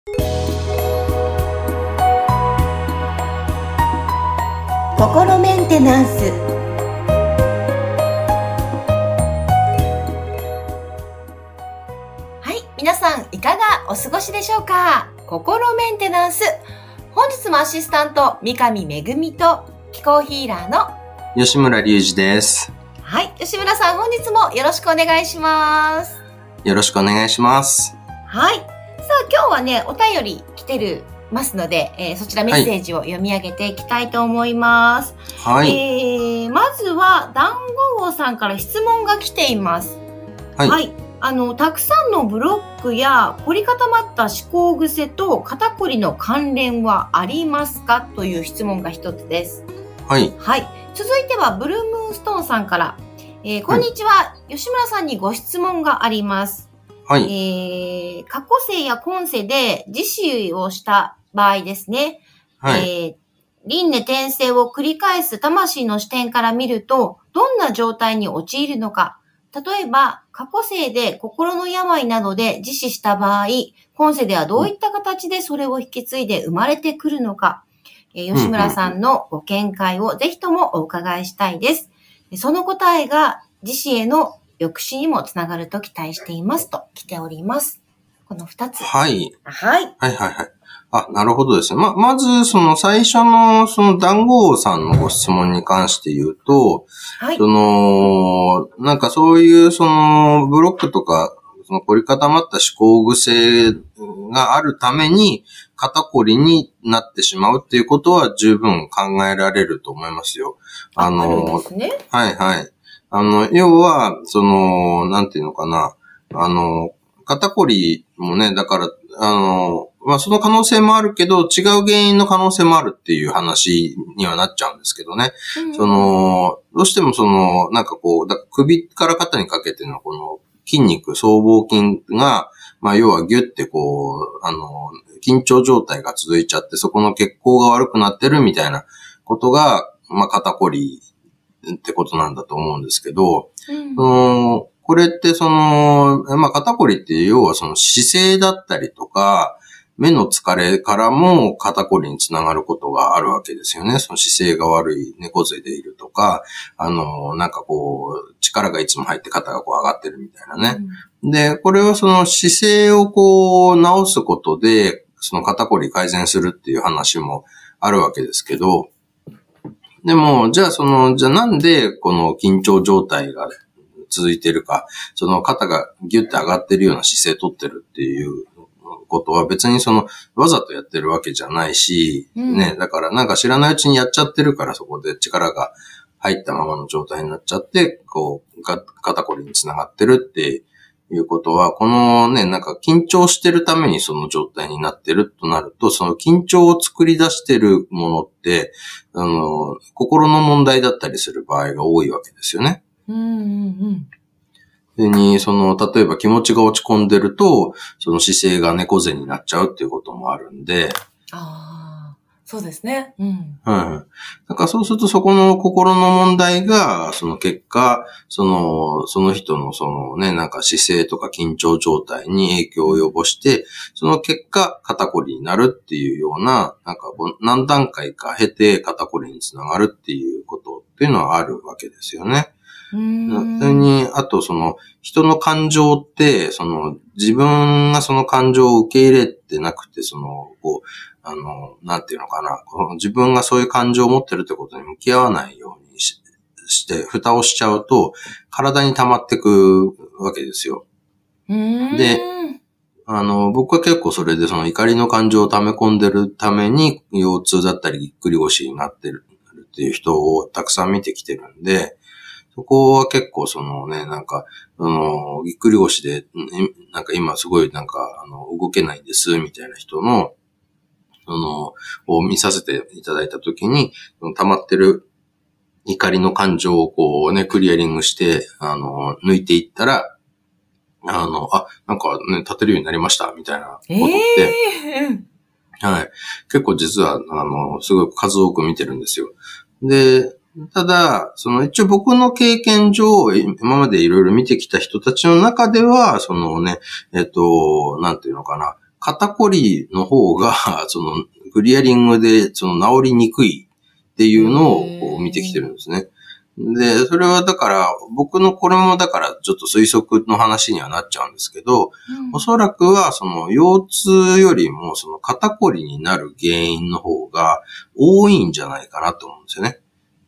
心メンテナンス。はい、皆さんいかがお過ごしでしょうか。心メンテナンス。本日もアシスタント三上恵と気候ヒーラーの吉村隆二です。 はい、吉村さん、本日もよろしくお願いします。 よろしくお願いします。 はい。さあ、今日はね、お便り来てますので、そちらメッセージを読み上げていきたいと思います。 はい。 まずは、団子王さんから質問が来ています。 はい。 はい。たくさんのブロックや凝り固まった思考癖と肩こりの関連はありますかという質問が一つです。 はい。 はい。続いては、ブルームーンストーンさんから、こんにちは、吉村さんにご質問があります。 はい。 過去世や今世で自死をした場合ですね。 はい。 輪廻転生を繰り返す魂の視点から見ると、どんな状態に陥るのか。例えば、過去世で心の病などで自死した場合、今世ではどういった形でそれを引き継いで生まれてくるのか。吉村さんのご見解をぜひともお伺いしたいです。その答えが自死への抑止にもつながると期待していますと来ております。この2つ。 はい。 はい。 はいはいはい。あ、なるほどですね。まず、その最初の、その団子王さんのご質問に関して言うと、 はい。 なんかそういう、ブロックとか、凝り固まった思考癖があるために、肩こりになってしまうっていうことは十分考えられると思いますよ。 あるんですね。 はいはい。要は、なんていうのかな。肩こりもね、だから、その可能性もあるけど、違う原因の可能性もあるっていう話にはなっちゃうんですけどね。どうしてもなんかこう、首から肩にかけてのこの筋肉、僧帽筋が、要はギュってこう、緊張状態が続いちゃって、そこの血行が悪くなってるみたいなことが、肩こりってことなんだと思うんですけど、これって肩こりって要は姿勢だったりとか、目の疲れからも肩こりにつながることがあるわけですよね。その姿勢が悪い猫背でいるとか、なんかこう、力がいつも入って肩がこう上がってるみたいなね。で、これは姿勢をこう直すことで、その肩こり改善するっていう話もあるわけですけど、でも、じゃあなんでこの緊張状態が続いてるか、その肩がギュッて上がってるような姿勢取ってるっていうことは別にわざとやってるわけじゃないし、ね、だからなんか知らないうちにやっちゃってるからそこで力が入ったままの状態になっちゃって、こう、肩こりにつながってるっていうことは、このね、なんか緊張してるためにその状態になってるとなると、その緊張を作り出してるものって、心の問題だったりする場合が多いわけですよね。例えば気持ちが落ち込んでると、その姿勢が猫背になっちゃうっていうこともあるんで。 ああ、そうですね。 だからそうするとそこの心の問題が、その結果、その人のなんか姿勢とか緊張状態に影響を及ぼして、その結果、肩こりになるっていうような、なんか何段階か経て肩こりにつながるっていうことっていうのはあるわけですよね。それに、あと人の感情って、自分がその感情を受け入れてなくて、こう、なんていうのかな、自分がそういう感情を持ってるってことに向き合わないようにして、蓋をしちゃうと、体に溜まってくわけですよ。で、僕は結構それで怒りの感情を溜め込んでるために、腰痛だったりぎっくり腰になってるっていう人をたくさん見てきてるんで、そこは結構なんか、ぎっくり腰で、なんか今すごいなんか、動けないんです、みたいな人の、を見させていただいたときに、溜まってる怒りの感情をこうね、クリアリングして、抜いていったら、なんかね、立てるようになりました、みたいなことって、はい。結構実は、すごい数多く見てるんですよ。で、ただ、一応僕の経験上、今までいろいろ見てきた人たちの中では、なんていうのかな、 肩こりの方が、クリアリングで、治りにくいっていうのをこう見てきてるんですね。で、それはだから、僕のこれもだからちょっと推測の話にはなっちゃうんですけど、おそらくは腰痛よりも肩こりになる原因の方が多いんじゃないかなと思うんですよね。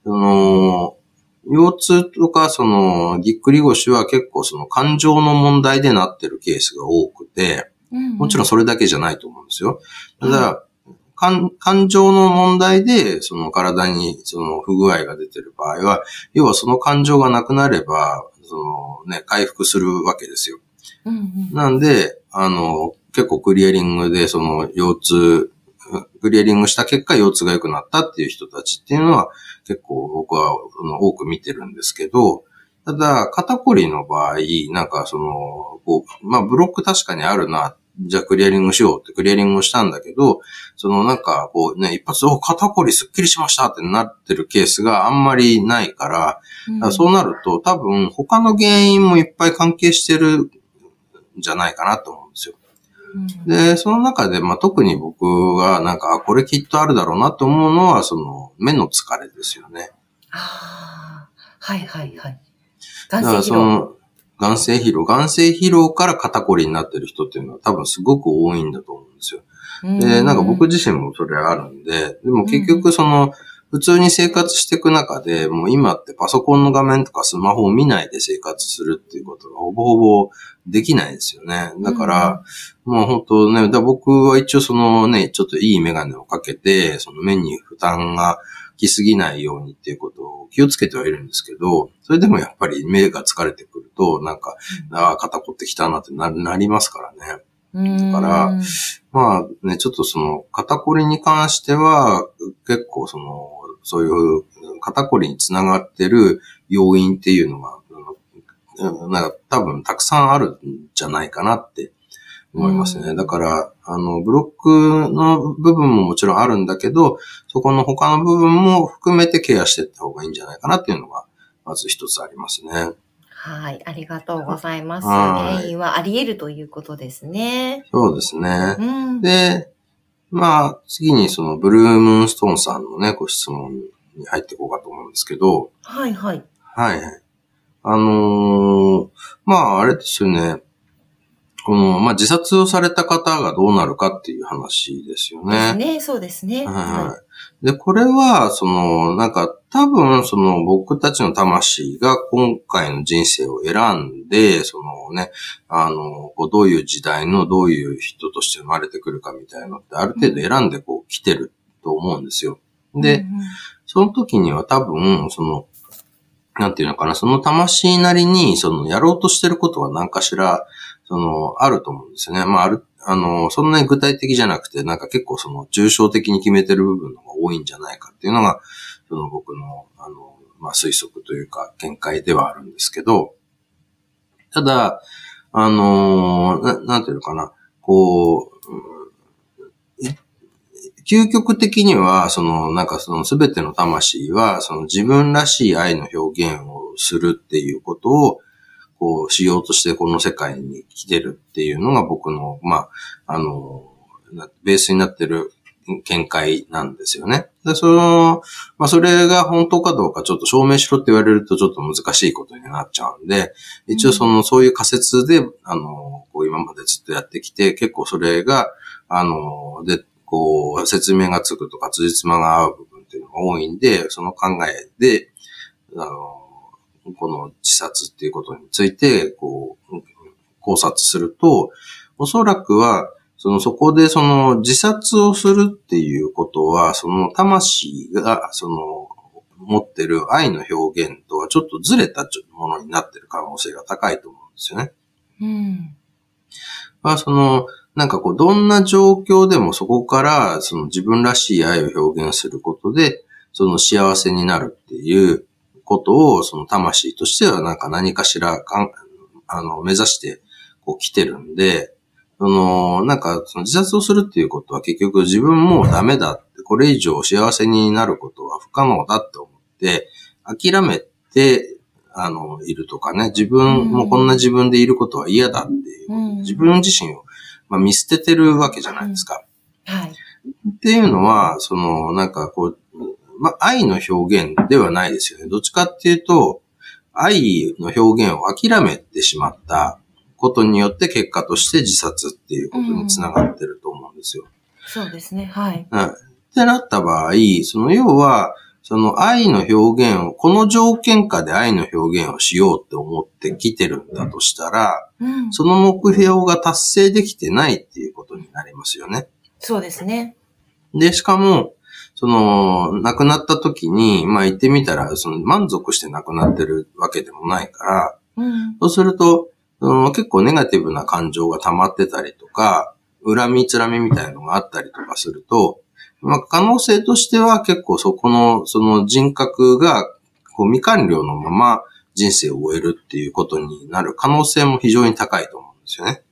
腰痛とかぎっくり腰は結構感情の問題でなってるケースが多くて、もちろんそれだけじゃないと思うんですよ。ただ、感情の問題で、体に、不具合が出てる場合は、要はその感情がなくなれば、回復するわけですよ。なんで、結構クリアリングで、クリアリングした結果、腰痛が良くなったっていう人たちっていうのは、結構僕は、多く見てるんですけど、ただ、肩こりの場合、なんかブロック確かにあるな、じゃあクリアリングしようってクリアリングをしたんだけど、一発、肩こりすっきりしましたってなってるケースがあんまりないから、そうなると多分他の原因もいっぱい関係してるんじゃないかなと思うんですよ。で、その中で、特に僕がこれきっとあるだろうなと思うのは、目の疲れですよね。 はいはいはい。 眼性疲労から肩こりになってる人っていうのは多分すごく多いんだと思うんですよ。で、僕自身もそれあるんで、でも結局普通に生活していく中で、もう今ってパソコンの画面とかスマホを見ないで生活するっていうことがほぼほぼできないですよね。だから、もう本当ね、僕は一応ちょっといいメガネをかけて、目に負担がきすぎないようにっていうことを気をつけてはいるんですけど、それでもやっぱり目が疲れてくると、肩凝ってきたなってなりますからね。だから、ちょっと肩こりに関しては、結構そういう肩こりにつながってる要因っていうのが、多分たくさんあるんじゃないかなって思いますね。だから、ブロックの部分ももちろんあるんだけど、そこの他の部分も含めてケアしていった方がいいんじゃないかなっていうのが、まず一つありますね。 はい、ありがとうございます。原因はあり得るということですね。 そうですね。で、次にブルームーンストーンさんのね、ご質問に入っていこうかと思うんですけど。 はいはい。 はい。あれですよね。自殺をされた方がどうなるかっていう話ですよね。 ですね、そうですね。 はい。で、これは、多分、僕たちの魂が今回の人生を選んで、どういう時代のどういう人として生まれてくるかみたいなのって、ある程度選んで来てると思うんですよ。で、その時には多分、なんていうのかな、その魂なりに、やろうとしてることは何かしら、あると思うんですよね。そんなに具体的じゃなくて、結構抽象的に決めてる部分のが多いんじゃないかっていうのが、僕の、推測というか、見解ではあるんですけど、ただ、なんていうのかな、究極的には、全ての魂は、自分らしい愛の表現をするっていうことを、しようとしてこの世界に来てるっていうのが僕の、ベースになってる見解なんですよね。で、それが本当かどうかちょっと証明しろって言われるとちょっと難しいことになっちゃうんで、一応そういう仮説で、今までずっとやってきて、結構それが、説明がつくとか、辻褄が合う部分っていうのが多いんで、その考えで、この自殺っていうことについて、考察すると、おそらくは、そこで自殺をするっていうことは、魂が、持ってる愛の表現とはちょっとずれたものになってる可能性が高いと思うんですよね。どんな状況でもそこから、自分らしい愛を表現することで、幸せになるっていうことを、魂としては何かしら目指して来てるんで、自殺をするっていうことは結局自分もうダメだって、これ以上幸せになることは不可能だって思って、諦めて、いるとかね、自分もこんな自分でいることは嫌だっていう、自分自身を、 見捨ててるわけじゃないですか。 はい。 っていうのは、愛の表現ではないですよね。どっちかっていうと、愛の表現を諦めてしまったことによって結果として自殺っていうことにつながってると思うんですよ。 そうですね。はい。 ってなった場合、要は、愛の表現を、この条件下で愛の表現をしようって思ってきてるんだとしたら、その目標が達成できてないっていうことになりますよね。 そうですね。 で、しかも、亡くなった時に、言ってみたら、満足して亡くなってるわけでもないから、そうすると、結構ネガティブな感情が溜まってたりとか、恨みつらみみたいなのがあったりとかすると、可能性としては結構そこの、人格が、未完了のまま人生を終えるっていうことになる可能性も非常に高いと思うんですよね。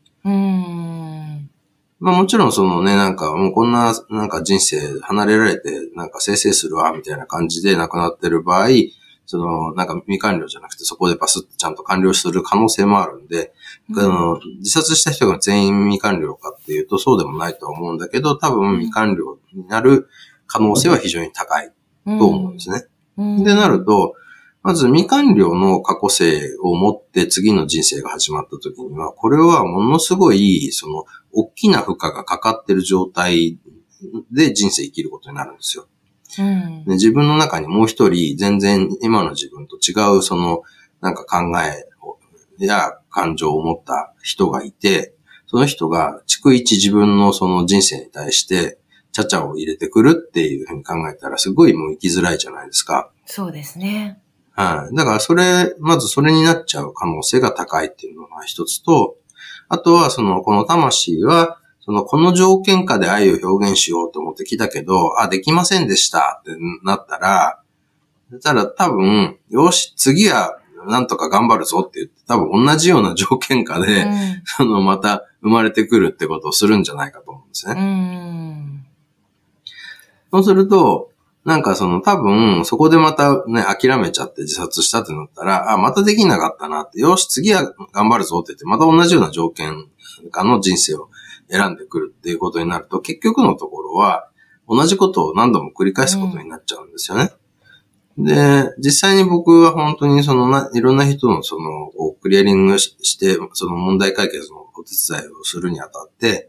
もちろんもうこんな、人生離れられて、生成するわ、みたいな感じで亡くなってる場合、未完了じゃなくてそこでバスッとちゃんと完了する可能性もあるんで、自殺した人が全員未完了かっていうとそうでもないとは思うんだけど、多分未完了になる可能性は非常に高いと思うんですね。でなると、まず未完了の過去性を持って次の人生が始まった時には、これはものすごい、大きな負荷がかかってる状態で人生生きることになるんですよ。で自分の中にもう一人全然今の自分と違う考えや感情を持った人がいて、その人が逐一自分のその人生に対してちゃちゃを入れてくるっていうふうに考えたらすごいもう生きづらいじゃないですか。 そうですね。 はい。だからまずそれになっちゃう可能性が高いっていうのが一つと、あとはこの魂はこの条件下で愛を表現しようと思ってきたけど、できませんでしたってなったら、多分、よし、次はなんとか頑張るぞって言って、多分同じような条件下で、また生まれてくるってことをするんじゃないかと思うんですね。そうすると、多分、そこでまたね、諦めちゃって自殺したってなったら、またできなかったなって、よし、次は頑張るぞって言って、また同じような条件下の人生を選んでくるっていうことになると、結局のところは、同じことを何度も繰り返すことになっちゃうんですよね。で、実際に僕は本当にいろんな人のクリアリングして、問題解決のお手伝いをするにあたって、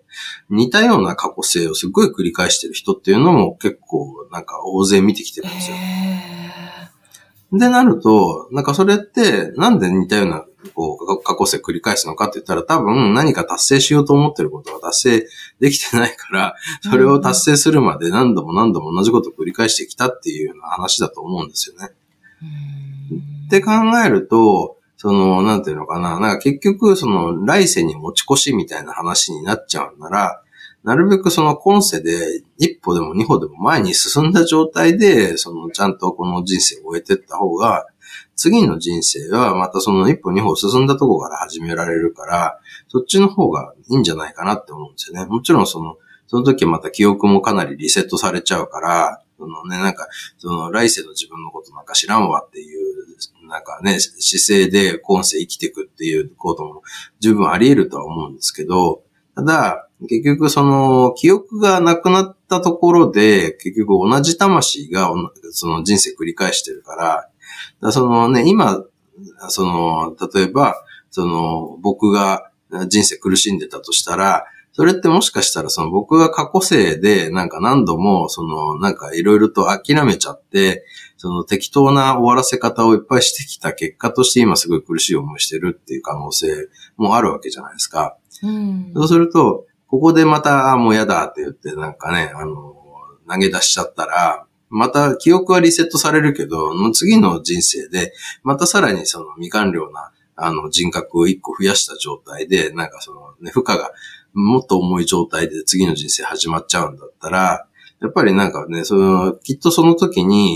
似たような過去性をすごい繰り返してる人っていうのも結構大勢見てきてるんですよ。で、なると、それって、なんで似たような、過去性繰り返すのかって言ったら、多分何か達成しようと思ってることが達成できてないから、それを達成するまで何度も何度も同じことを繰り返してきたっていうような話だと思うんですよね。って考えると、なんていうのかな、結局、来世に持ち越しみたいな話になっちゃうなら、なるべく今世で一歩でも二歩でも前に進んだ状態で、ちゃんとこの人生を終えていった方が、次の人生はまた一歩二歩進んだところから始められるから、そっちの方がいいんじゃないかなって思うんですよね。もちろんその時また記憶もかなりリセットされちゃうから、来世の自分のことなんか知らんわっていう、姿勢で今世生きていくっていうことも十分あり得るとは思うんですけど、ただ、結局記憶がなくなったところで、結局同じ魂が人生繰り返してるから、今、例えば、僕が人生苦しんでたとしたら、それってもしかしたら僕が過去生で何度もいろいろと諦めちゃって、適当な終わらせ方をいっぱいしてきた結果として今すごい苦しい思いしてるっていう可能性もあるわけじゃないですか。そうすると、ここでまた、もうやだって言って投げ出しちゃったら、また記憶はリセットされるけど、次の人生で、またさらに未完了な人格を一個増やした状態で、負荷がもっと重い状態で次の人生始まっちゃうんだったら、やっぱりきっとその時に、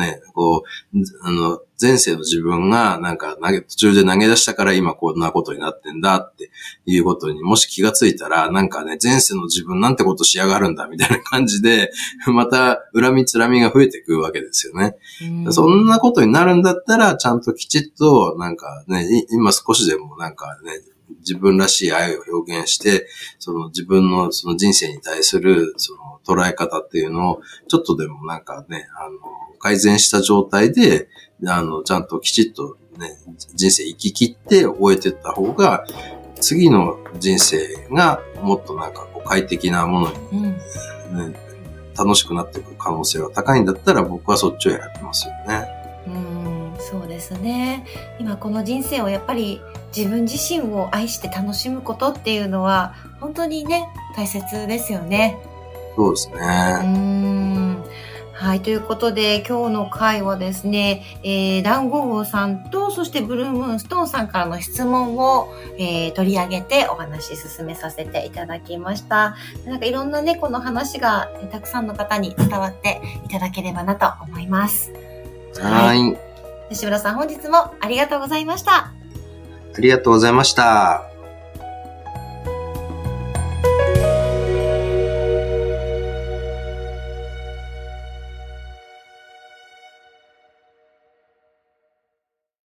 前世の自分が途中で投げ出したから今こんなことになってんだっていうことにもし気がついたら、前世の自分なんてことしやがるんだみたいな感じで、また恨みつらみが増えてくるわけですよね。そんなことになるんだったら、ちゃんときちっと今少しでも自分らしい愛を表現して、その自分のその人生に対するその捉え方っていうのを、ちょっとでもなんかね、改善した状態で、ちゃんときちっとね、人生生き切って終えていった方が、次の人生がもっとなんかこう快適なものに、ね、楽しくなっていく可能性が高いんだったら僕はそっちを選びますよね。 そうですね。今この人生をやっぱり自分自身を愛して楽しむことっていうのは本当にね、大切ですよね。 そうですね。 はい。ということで、今日の回はですね、ダンゴゴーさんと、そしてブルームーンストーンさんからの質問を、取り上げてお話進めさせていただきました。なんかいろんなね、この話がたくさんの方に伝わっていただければなと思います。 はい。 吉村さん、本日もありがとうございました。 ありがとうございました。